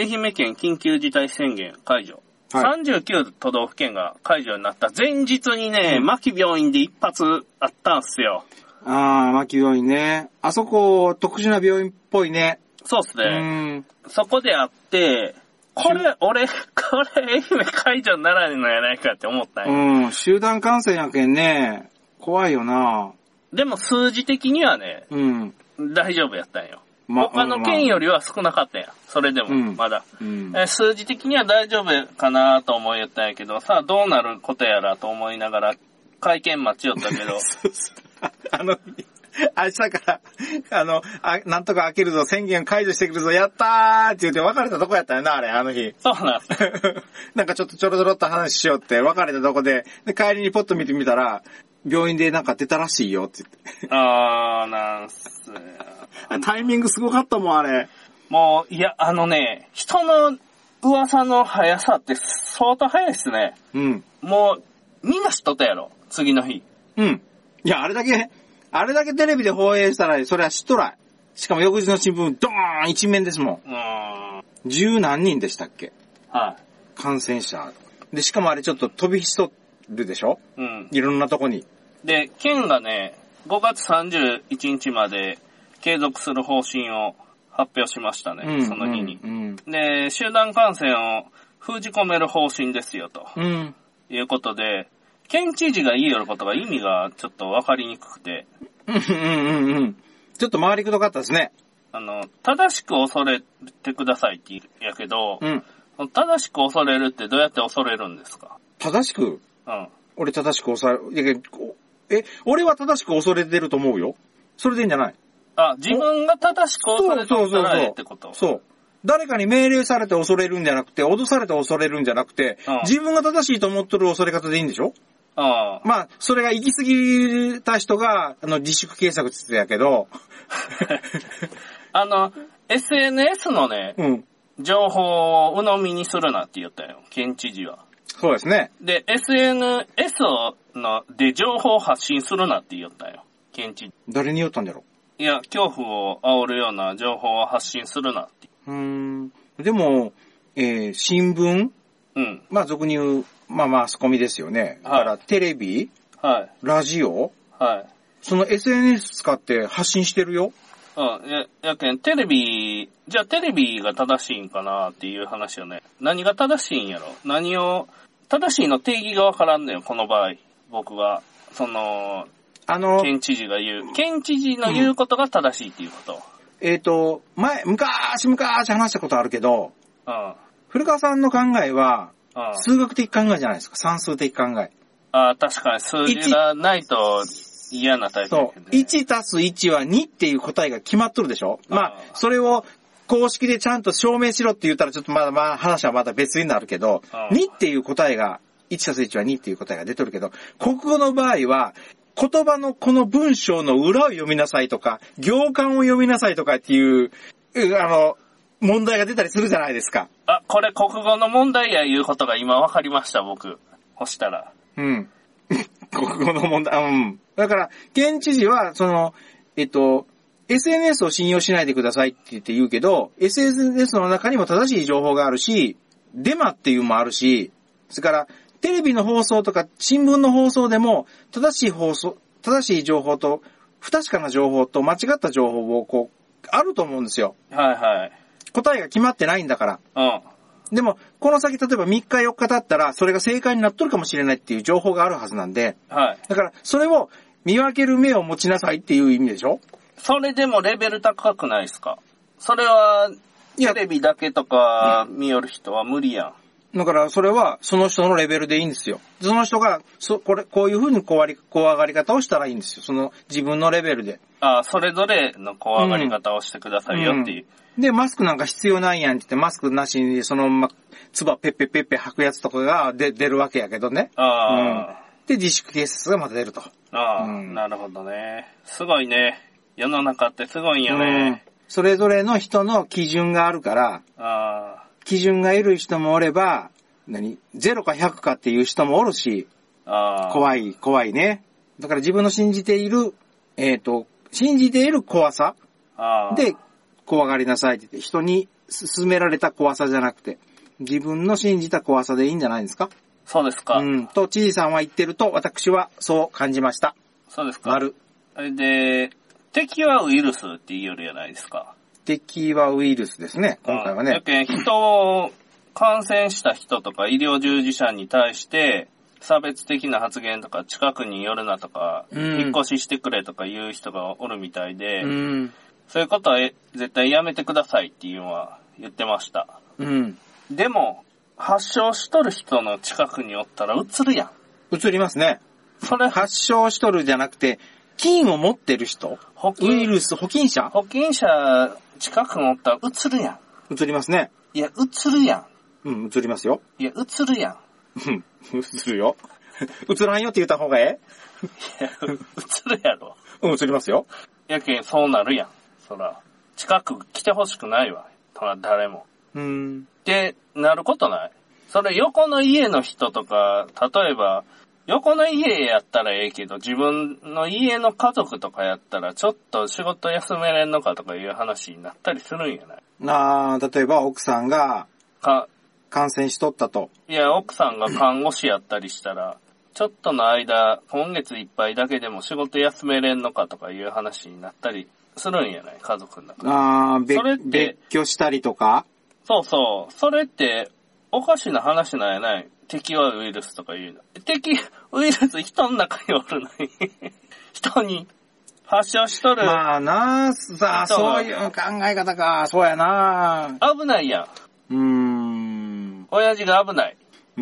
愛媛県緊急事態宣言解除。 はい、 さんじゅうきゅう都道府県が解除になった前日にね、うん、牧病院で一発あったんすよ。 あー、牧病院ね。あそこ、特殊な病院っぽいね。 そうっすね。 うん。 そこであって、これ、俺、これ、愛媛解除にならんのやないかって思ったんよ。 うん、集団感染やけんね。怖いよな。 でも数字的にはね、 うん。 大丈夫やったんよ。 ま、他の県よりは少なかったやん。それでも、まだ、うんうん、数字的には大丈夫かなと思いよったんやけど、さあどうなることやらと思いながら、会見待ちよったけど。そうそうあの、明日から、あの、あ、なんとか開けるぞ、宣言解除してくるぞ、やったーって言って別れたとこやったよな、あれ、あの日。 そうなんす。 なんかちょっとちょろちょろっと話しようって、別れたとこで、で帰りにポッと見てみたら、病院でなんか出たらしいよって言って。 あー、なんす。 タイミングすごかったもん、あれ。 もう、いや、あのね、人の噂の速さって相当速いっすね。 うん。 もう、みんな知っとったやろ、次の日。 うん。いや、あれだけ、あれだけテレビで放映したら、それは知っとらい。しかも翌日の新聞、ドーン一面ですもん。 うーん。 十何人でしたっけ？ はい。 感染者。で、しかもあれちょっと飛び火しとるでしょ？ うん。 いろんなとこに。 で、県がね、ごがつさんじゅういちにちまで継続する方針を発表しましたね、うん、その日に、うんうん。で、集団感染を封じ込める方針ですよ、と、うん、いうことで、県知事が言いよることが意味がちょっとわかりにくくて。 うんうんうんうん。ちょっと回りくどかったですね。 あの、正しく恐れてくださいって言うやけど、うん、正しく恐れるってどうやって恐れるんですか？ 正しく？ うん。 俺正しく恐れ、え、俺は正しく恐れてると思うよ。それでいいんじゃない？ あ、自分が正しく恐れてるからってこと？ そう。誰かに命令されて恐れるんじゃなくて、脅されて恐れるんじゃなくて、うん、自分が正しいと思ってる恐れ方でいいんでしょ？ ああ。 まあ、それが行き過ぎた人が、あの、自粛警察って言ってたやけど。 あの、エスエヌエス のね、うん、情報を鵜呑みにするなって言ったよ、県知事は。 そうですね。 で、エスエヌエス ので情報を発信するなって言ったよ、県知事。 誰に言ったんだろう？いや、恐怖を煽るような情報を発信するなって。 うーん。でも、えー、新聞、 うん。 まあ、俗に言う、まあまあ、マスコミですよね。だから、テレビ、 はい。 ラジオ、 はい。 その エスエヌエス 使って発信してるよ。 うん。や、やけん、テレビ、じゃあテレビが正しいんかなっていう話よね。何が正しいんやろ？何を、正しいの定義がわからんのよ、この場合。僕は。その、 あの、 県知事が言う。県知事の言うことが正しいっていうこと。 うん、えっ、ー、と、前、昔々話したことあるけど、 うん。 古川さんの考えは、うん、数学的考えじゃないですか。算数的考え。 ああ、確かに数字がないと嫌なタイプだけど、ね。 そう。いちたすいちはにっていう答えが決まっとるでしょ？まあ、それを公式でちゃんと証明しろって言ったらちょっとまだまあ話はまた別になるけど、うん、にっていう答えが、いちたすいちはにっていう答えが出とるけど、国語の場合は、言葉のこの文章の裏を読みなさいとか、行間を読みなさいとかっていう、あの、問題が出たりするじゃないですか。 あ、これ国語の問題やいうことが今分かりました、僕。そしたら。 うん。国語の問題、うん。だから、県知事は、その、えっと、エスエヌエス を信用しないでくださいって言って言うけど、エスエヌエス の中にも正しい情報があるし、デマっていうのもあるし、それから、テレビの放送とか新聞の放送でも、正しい放送、正しい情報と、不確かな情報と間違った情報をこう、あると思うんですよ。 はいはい。 答えが決まってないんだから。 うん。 でも、この先例えばみっかよっか経ったら、それが正解になっとるかもしれないっていう情報があるはずなんで。 はい。 だから、それを見分ける目を持ちなさいっていう意味でしょ？ それでもレベル高くないですか？それは、テレビだけとか見よる人は無理やん。 だから、それは、その人のレベルでいいんですよ。その人が、そ、これ、こういう風に怖り、怖がり方をしたらいいんですよ。その、自分のレベルで。 ああ、それぞれの怖がり方をしてくださいよっていう。 うん、で、マスクなんか必要ないやんって言って、マスクなしに、そのまま、唾ペッペペッペ吐くやつとかが出、出るわけやけどね。 ああ、うん。 で、自粛警察がまた出ると。 ああ、うん、なるほどね。すごいね。世の中ってすごいんよね。 うん、それぞれの人の基準があるから、 ああ、 基準がいる人もおれば、何ゼロかひゃくかっていう人もおるし、 あ怖い、怖いね。だから自分の信じている、えっと、信じている怖さで怖がりなさいって言って、人に勧められた怖さじゃなくて、自分の信じた怖さでいいんじゃないですか？ そうですか。 うん。と、知事さんは言ってると、私はそう感じました。 そうですか。 丸。 それで、敵はウイルスって言うよりじゃないですか。 敵はウイルスですね、今回はね。 だけん人を、感染した人とか医療従事者に対して差別的な発言とか近くに寄るなとか、うん、引っ越ししてくれとか言う人がおるみたいで、 うん、 そういうことは絶対やめてくださいっていうのは言ってました。 うん。 でも、発症しとる人の近くにおったらうつるやん。 うつりますね。 それ、 発症しとるじゃなくて、菌を持ってる人ウイルス、保菌者保菌者近くにおったらうつるやん。うつりますね。 いや、うつるやん。うん、うつりますよ。 いや、うつるやん。 うん、うつるよ。うつらんよって言った方がええいや、うつるやろ。 うん、うつりますよ。 やけん、そうなるやん。そら、近く来てほしくないわ。そら、誰も。 うーん。 ってなることない。それ横の家の人とか、例えば、横の家やったらええけど、自分の家の家族とかやったら、ちょっと仕事休めれんのかとかいう話になったりするんやない。 なあ、例えば奥さんが、か、感染しとったと。 いや、奥さんが看護師やったりしたら、ちょっとの間、今月いっぱいだけでも仕事休めれんのかとかいう話になったりするんやない、家族の中で。 ああ、別居したりとか。 そうそう。それって、おかしな話なんやない。敵はウイルスとか言うの。敵、ウイルス人の中におるのに。人に発症しとる。 まあなあ、さあ、そういう考え方か。そうやな。 危ないやん。 うーん。 親父が危ない。 うん。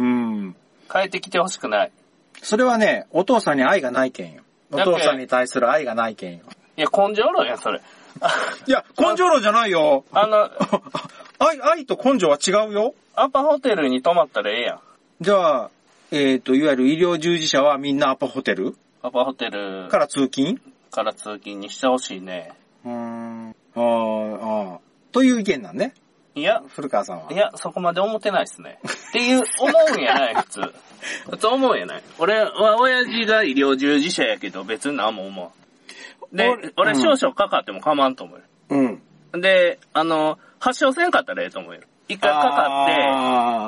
帰ってきてほしくない。 それはね、お父さんに愛がないけんよ。お父さんに対する愛がないけんよ。 いや、根性論や、それ。 いや、根性論じゃないよ。 あの、 愛、愛と根性は違うよ。 アパホテルに泊まったらええやん。 じゃあ、えっと、いわゆる医療従事者はみんなアパホテルアパホテル。 から通勤から通勤にしてほしいね。 うーん。ああ、ああ。という意見なんね。 いや、 古川さんは。 いや、そこまで思ってないっすね。っていう、思うんやない、普通。普通思うんやない。俺は親父が医療従事者やけど別に何も思う。で、俺少々かかっても構わんと思うよ。うん。で、あの、発症せんかったらええと思うよ。一回かかって、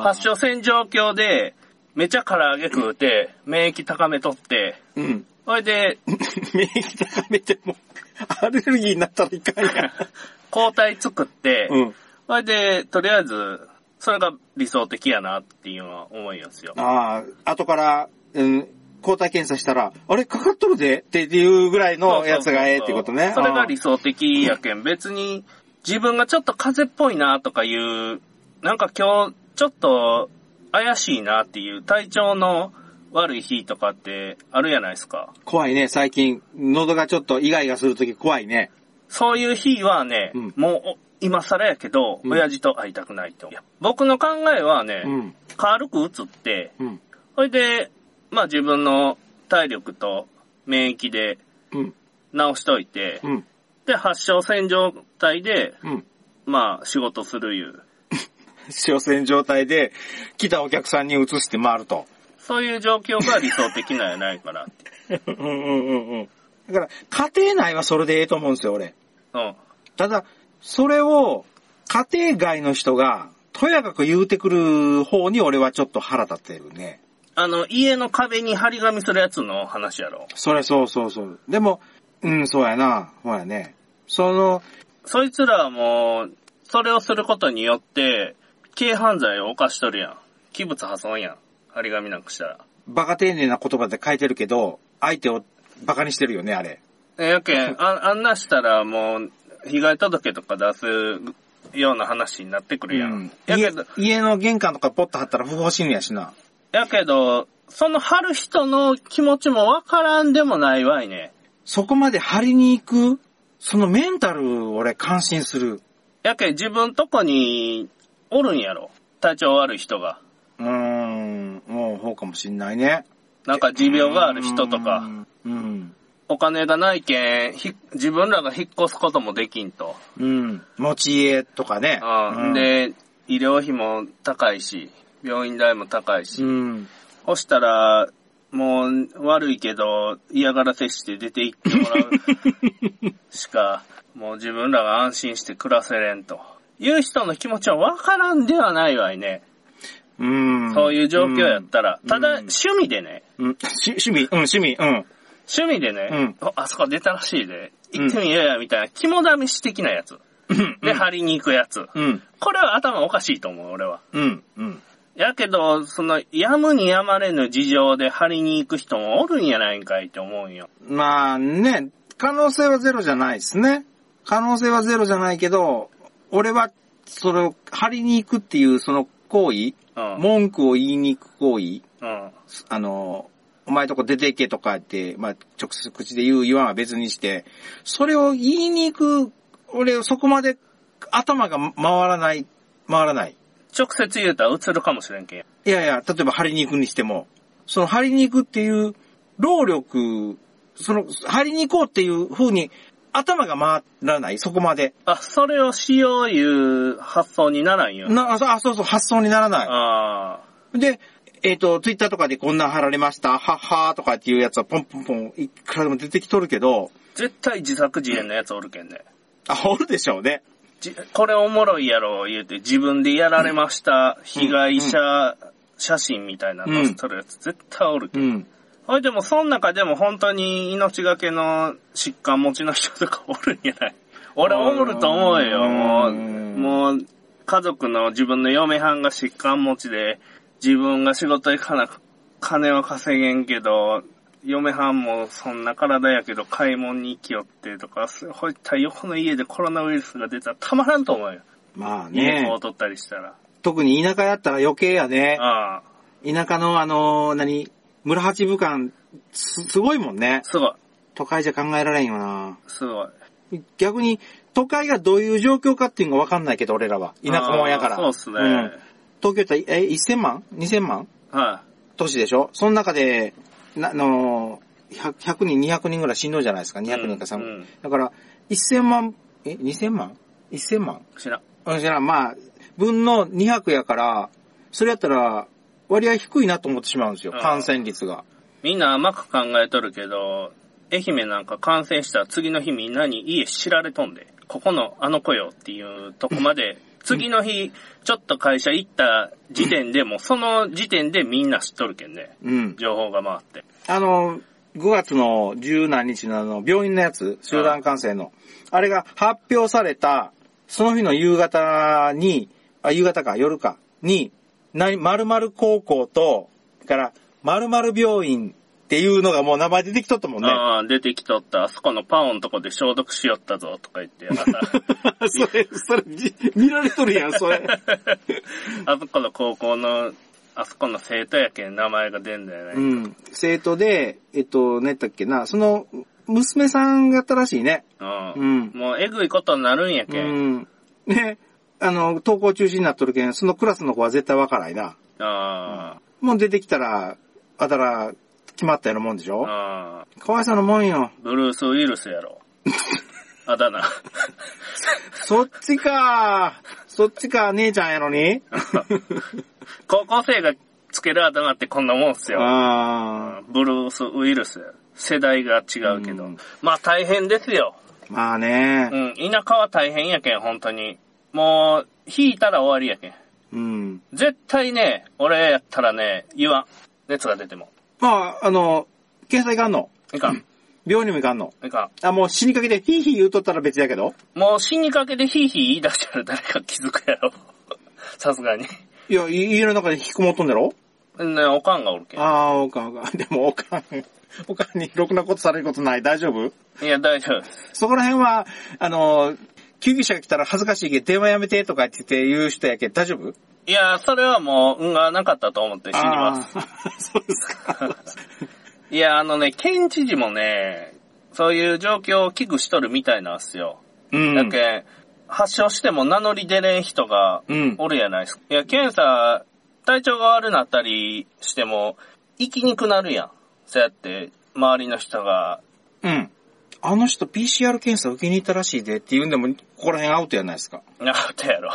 発症せん状況で、めちゃ唐揚げ食うて、免疫高めとって、うん。それで、 免疫高めても、アレルギーになったらいかんやん。 抗体作って、うん。それで、とりあえず、それが理想的やなっていうのは思いますよ。 ああ、後から、うん、抗体検査したら、あれかかっとるでっていうぐらいのやつがええってことね。 それが理想的やけん、別に自分がちょっと風邪っぽいなとかいう、なんか今日ちょっと怪しいなっていう体調の悪い日とかってあるやないですか。 怖いね、最近。喉がちょっとイガイガするとき怖いね。 そういう日はね、うん、もう今更やけど、うん、親父と会いたくないと。僕の考えはね、うん、軽く移って、うん、それで、まあ自分の体力と免疫で治しといて、うん、で、発症せん状態で、うん、まあ仕事するいう。 発症せん状態で来たお客さんに移して回ると。 そういう状況が理想的なんやないかなって。うんうんうんうん。だから家庭内はそれでええと思うんですよ、俺。うん。ただ、それを家庭外の人がとやかく言うてくる方に俺はちょっと腹立ってるね。 あの、家の壁に張り紙するやつの話やろ。 それそうそうそう。でも、うん、そうやな。ほやね。その、 そいつらはもう、それをすることによって、軽犯罪を犯しとるやん。器物破損やん。張り紙なんかしたら。 バカ丁寧な言葉で書いてるけど、相手をバカにしてるよね、あれ。 やけん、あ、あんなしたらもう、被害届とか出すような話になってくるやん。うん、やけど家、家の玄関とかポッと貼ったら不法侵入やしな。 やけど、その貼る人の気持ちもわからんでもないわいね。 そこまで貼りに行くそのメンタル、俺感心する。 やけ自分とこにおるんやろ。体調悪い人が。 うーん、もうそうかもしんないね。 なんか持病がある人とか。うん。お金がないけん、ひ、自分らが引っ越すこともできんと。 うん。持ち家とかね。 うん。で、医療費も高いし、病院代も高いし。うん。そしたら、もう悪いけど嫌がらせして出て行ってもらうしか、もう自分らが安心して暮らせれんと。いう人の気持ちはわからんではないわいね。うん。そういう状況やったら。ただ、趣味でね。 うん。趣味、うん、趣味、うん。 趣味でね、うん、あそこ出たらしいで、行ってみようや、みたいな、肝試し的なやつ。うん、で、張りに行くやつ。うん、これは頭おかしいと思う、俺は。うん。うん。やけど、その、やむにやまれぬ事情で張りに行く人もおるんやないんかいって思うんよ。 まあね、可能性はゼロじゃないですね。 可能性はゼロじゃないけど、俺は、それを、張りに行くっていう、その行為、うん、文句を言いに行く行為、うん、あの、お前とこ出ていけとか言って、まあ、直接口で言う言わんは別にして、それを言いに行く、俺、そこまで頭が回らない、回らない。 直接言うたら映るかもしれんけん。 いやいや、例えば張りに行くにしても、その張りに行くっていう労力、その張りに行こうっていう風に頭が回らない、そこまで。 あ、それをしよういう発想にならんよ。 な、あ、そうそう、発想にならない。ああ。で、えっ、ー、と、ツイッターとかでこんなん貼られました、はっはーとかっていうやつはポンポンポン、いくらでも出てきとるけど。 絶対自作自演のやつおるけんね。 あ、おるでしょうね。 これおもろいやろ言うて自分でやられました、うん、被害者写真みたいなの載せとるやつ絶対おるけど。うん。ほいでもその中でも本当に命がけの疾患持ちの人とかおるんやない。俺おると思うよ。もう、もう家族の自分の嫁はんが疾患持ちで自分が仕事行かなく金は稼げんけど、嫁はんもそんな体やけど買い物に行きよってとか、ほいった横の家でコロナウイルスが出たらたまらんと思うよ。 まあね。 家を取ったりしたら。 特に田舎やったら余計やね。 ああ。 田舎のあのー、何村八分間す、すごいもんね。 すごい。 都会じゃ考えられんよな。 すごい。 逆に都会がどういう状況かっていうのが分かんないけど、俺らは。田舎もんやから。 そうっすね。うん、 東京ってえ、せんまん ?にせん 万はい。 都市でしょ。その中で、な、の、ひゃくにん、にひゃくにんぐらい死んどるじゃないですか。にひゃくにんかさんびゃく、うん、だから、せんまん、え、にせんまん ?せんまん知らん。 知らん。まあ、分のにひゃくやから、それやったら、割合低いなと思ってしまうんですよ。感染率が。 みんな甘く考えとるけど、愛媛なんか感染したら次の日みんなに家知られとんで、ここのあの子よっていうとこまで、次の日、ちょっと会社行った時点でも、その時点でみんな知っとるけんね。うん。情報が回って。 あの、ごがつの十何日のあの、病院のやつ、集団感染の、あ, あれが発表された、その日の夕方に、あ、夕方か、夜か、に、な、〇〇高校と、から〇〇病院っていうのがもう名前出てきとったもんね。 ああ、出てきとった。あそこのパオンとこで消毒しよったぞとか言ってやった。 それ、それ、見られとるやん、それ。 あそこの高校の、あそこの生徒やけん名前が出んだよね。 うん。生徒で、えっと、ねったっけな、その、娘さんやったらしいね。 うん。うん。もうえぐいことになるんやけん。うん。 ね、あの、登校中止になっとるけん、そのクラスの子は絶対わからないな。ああ、うん。もう出てきたら、あたら、決まったようなもんでしょ。ああ。かわいそうなもんよ。 ブルースウイルスやろ。あだ名。 そっちか。そっちか、姉ちゃんやのに。 高校生がつけるあだ名ってこんなもんっすよ。ああ。ブルースウイルス。世代が違うけど。うん、まあ大変ですよ。 まあね。 うん。田舎は大変やけん、本当に。もう、引いたら終わりやけん。うん。絶対ね、俺やったらね、言わん。熱が出ても。 まあ、あの、検査いかんの？ いかん。 病院にもいかんの？ いかん。あ、もう死にかけてヒーヒー言うとったら別やけど？ もう死にかけでヒーヒー言い出したら誰か気づくやろ。さすがに。 いや、家の中で引きこもっとんだろ？ ね、おかんがおるけん。 ああ、おかんおかん。でもおかん、おかんにろくなことされることない？大丈夫？ いや、大丈夫。 そこら辺は、あの、救急車が来たら恥ずかしいけど電話やめてとかって言って言う人やけど大丈夫？ いや、それはもう運がなかったと思って信じます。 そうですか。 いや、あのね、県知事もね、そういう状況を危惧しとるみたいなんですよ。うん。だけ発症しても名乗り出れん人がおるやないですか。うん、いや、検査、体調が悪なったりしても、行きにくなるやん。そうやって、周りの人が。 うん。あの人 ピーシーアール 検査受けに行ったらしいでって言うんでも、ここら辺アウトやないですか。 アウトやろ。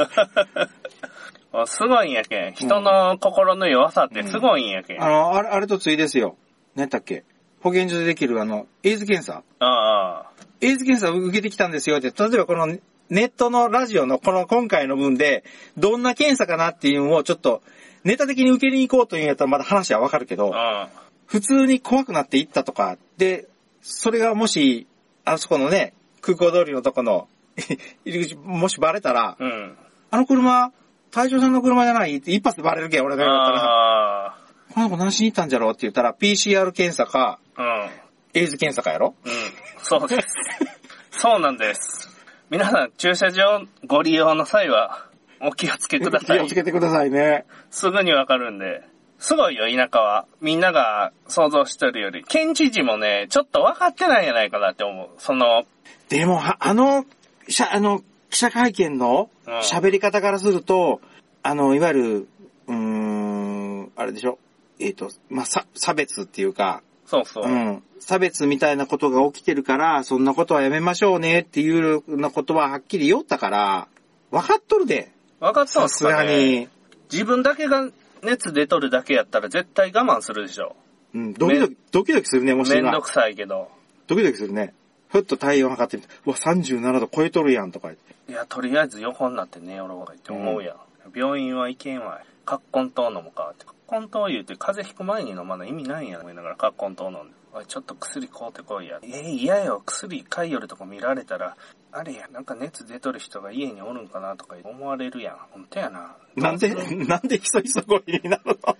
すごいんやけん。人の心の弱さってすごいんやけん。うん、 あの、あれ、あれとついですよ。何だっけ？保健所でできるあの、エイズ検査。ああ。エイズ検査を受けてきたんですよって、例えばこのネットのラジオのこの今回の分で、どんな検査かなっていうのをちょっと、ネタ的に受けに行こうというんやったらまだ話はわかるけど、ああ、普通に怖くなって行ったとか、で、それがもし、あそこのね、空港通りのとこの入り口、もしバレたら、うん、あの車、隊長さんの車じゃないって一発でバレるけん、俺が言ったら。この子何しに行ったんじゃろうって言ったら、ピーシーアール 検査か、うん、エイズ検査かやろ？ うん、そうです。そうなんです。 皆さん駐車場ご利用の際はお気をつけください。 気をつけてくださいね。 すぐにわかるんで。すごいよ、田舎は。みんなが想像してるより。県知事もね、ちょっと分かってないんじゃないかなって思う。その、 でも、あの、しゃ、あの、記者会見の喋り方からすると、うん、あの、いわゆる、うーん、あれでしょ。えっと、まあ、さ、差別っていうか、 そうそう。 うん。差別みたいなことが起きてるから、そんなことはやめましょうねっていうようなことははっきり言おったから、分かっとるで。 分かっとるんすかね。 さすがに。 自分だけが熱出とるだけやったら絶対我慢するでしょ。 うん、ドキドキ、ドキドキするね、もし今。 めんどくさいけど。 ドキドキするね。ふっと体温測ってみて、うわ、さんじゅうななど超えとるやんとか言って。 いや、とりあえず横になって寝よろうがいって思うやん。うん、病院は行けんわ。カッコン糖飲むかって。カッコン糖言うて風邪ひく前に飲まない意味ないんや思いながらカッコン糖飲んで。おい、ちょっと薬買うてこいや。えー、嫌よ。薬買いよるとこ見られたら、あれや、なんか熱出とる人が家におるんかなとか思われるやん。ほんとやな。 なんで、なんでひそひそ声になるの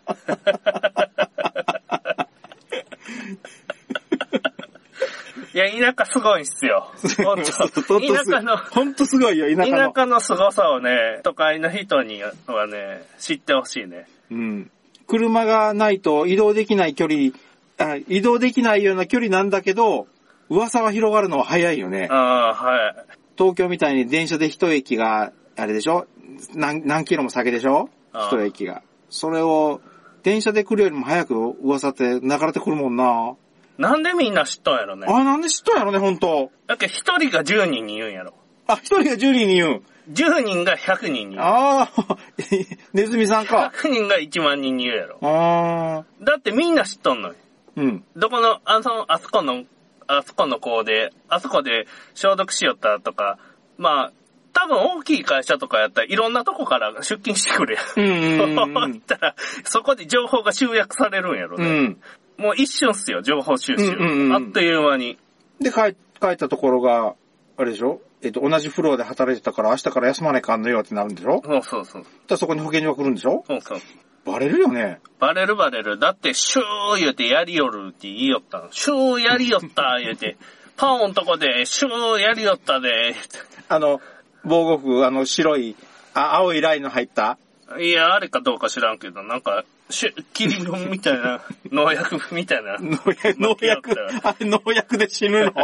いや、田舎すごいっすよ。ほんと、田舎の、 ほんとすごいよ、田舎の。 田舎の凄さをね、都会の人にはね、知ってほしいね。 うん。車がないと移動できない距離、あ移動できないような距離なんだけど、噂は広がるのは早いよね。 ああ、はい。 東京みたいに電車で一駅が、あれでしょ何、何キロも先でしょ一駅が。それを、電車で来るよりも早く噂って流れてくるもんな。 なんでみんな知っとんやろね。 あ、なんで知っとんやろね、ほんと。 だっけ一人がじゅうにんに言うんやろ。 あ、一人がじゅうにんに言うん。 じゅうにんがひゃくにんに言う。 ああ、ネズミさんか。 ひゃくにんがいちまんにんに言うやろ。 ああ。 だってみんな知っとんのよ。 うん。 どこの、あの、あそこの、あそこの子で、あそこで消毒しよったとか、まあ、多分大きい会社とかやったらいろんなとこから出勤してくるやん。うんうんうん。ったら、そこで情報が集約されるんやろね。うん。もう一瞬っすよ、情報収集。うんうんうん、あっという間に。 で、帰、帰ったところが、あれでしょえっと、同じフロアで働いてたから明日から休まないかんのよってなるんでしょそうそうそう。 だそこに保健所が来るんでしょそうそう。 バレるよね。 バレるバレる。だって、シュー言うてやりよるって言いよったの。シューやりよった言うて、パオンとこで、シューやりよったで。 あの、防護服、あの、白い、あ、青いラインの入ったいや、あれかどうか知らんけど、なんか、しキリンみたいな、農薬みたいな。 農薬、農薬、あれ農薬で死ぬの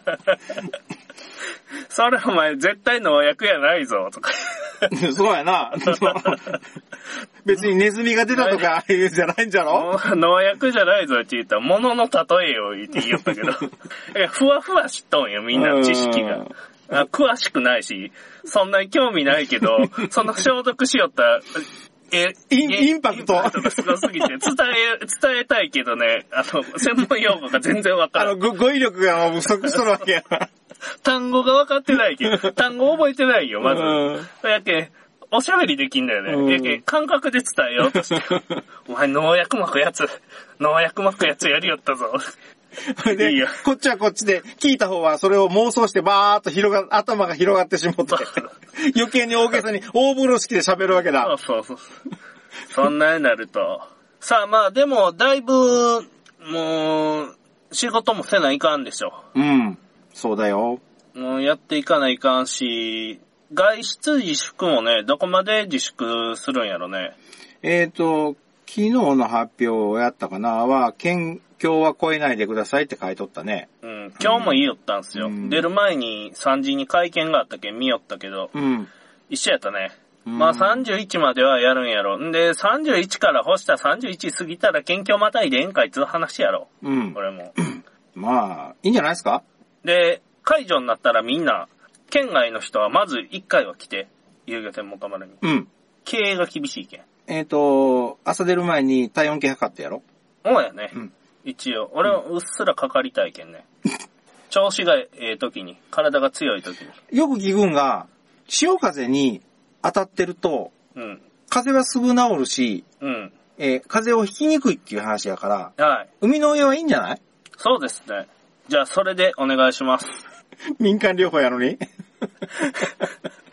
それお前絶対農薬やないぞ、とか。 そうやな。別にネズミが出たとかあれじゃないんじゃろ農薬じゃないぞって言ったら、物の例えを言って言ったけど。ふわふわしとんよ、みんな知識が。詳しくないし、そんなに興味ないけど、その消毒しよった、え、 イン、インパクト。 インパクトがすごすぎて、伝え、伝えたいけどね、あの、専門用語が全然わからん。 あの、語、語彙力が不足しとるわけや。 単語が分かってないけど、単語覚えてないよ、まず。やけ、おしゃべりできんだよね。やけ、感覚で伝えようとして。お前、農薬巻くやつ、農薬巻くやつやりよったぞ。 で、いいこっちはこっちで、聞いた方はそれを妄想してバーっと広が、頭が広がってしまって、余計に大げさに大風呂敷で喋るわけだ。 そうそうそう。そんなになると。さあまあでも、だいぶ、もう、仕事もせないかんでしょ。 うん。そうだよ。 もうやっていかないかんし、外出自粛もね、どこまで自粛するんやろね。 えっと、昨日の発表をやったかなは、県、今日は超えないでくださいって書いとったね。 うん。今日も言いよったんすよ。うん、出る前にさんじに会見があったけん見よったけど、うん、一緒やったね。うん、まあさんじゅういちまではやるんやろ。んで、さんじゅういちから干したらさんじゅういち過ぎたら県境またいでええんかいつう話やろ。うん。これも。 まあ、いいんじゃないですか？ で、解除になったらみんな、県外の人はまずいっかいは来て、遊漁船元丸に。うん。経営が厳しいけん。 えっと、朝出る前に体温計測ってやろ。 そうやね。うん。一応。俺はうっすらかかりたいけんね。調子がええ時に、体が強い時に。 よく聞くんが、潮風に当たってると、うん。風はすぐ治るし、うん。えー、風邪をひきにくいっていう話やから、はい。海の上はいいんじゃない？ そうですね。じゃあ、それでお願いします。 民間療法やのに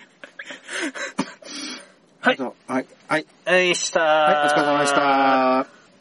はい。 はい。はい。 はい。したー。 はい、お疲れ様でした。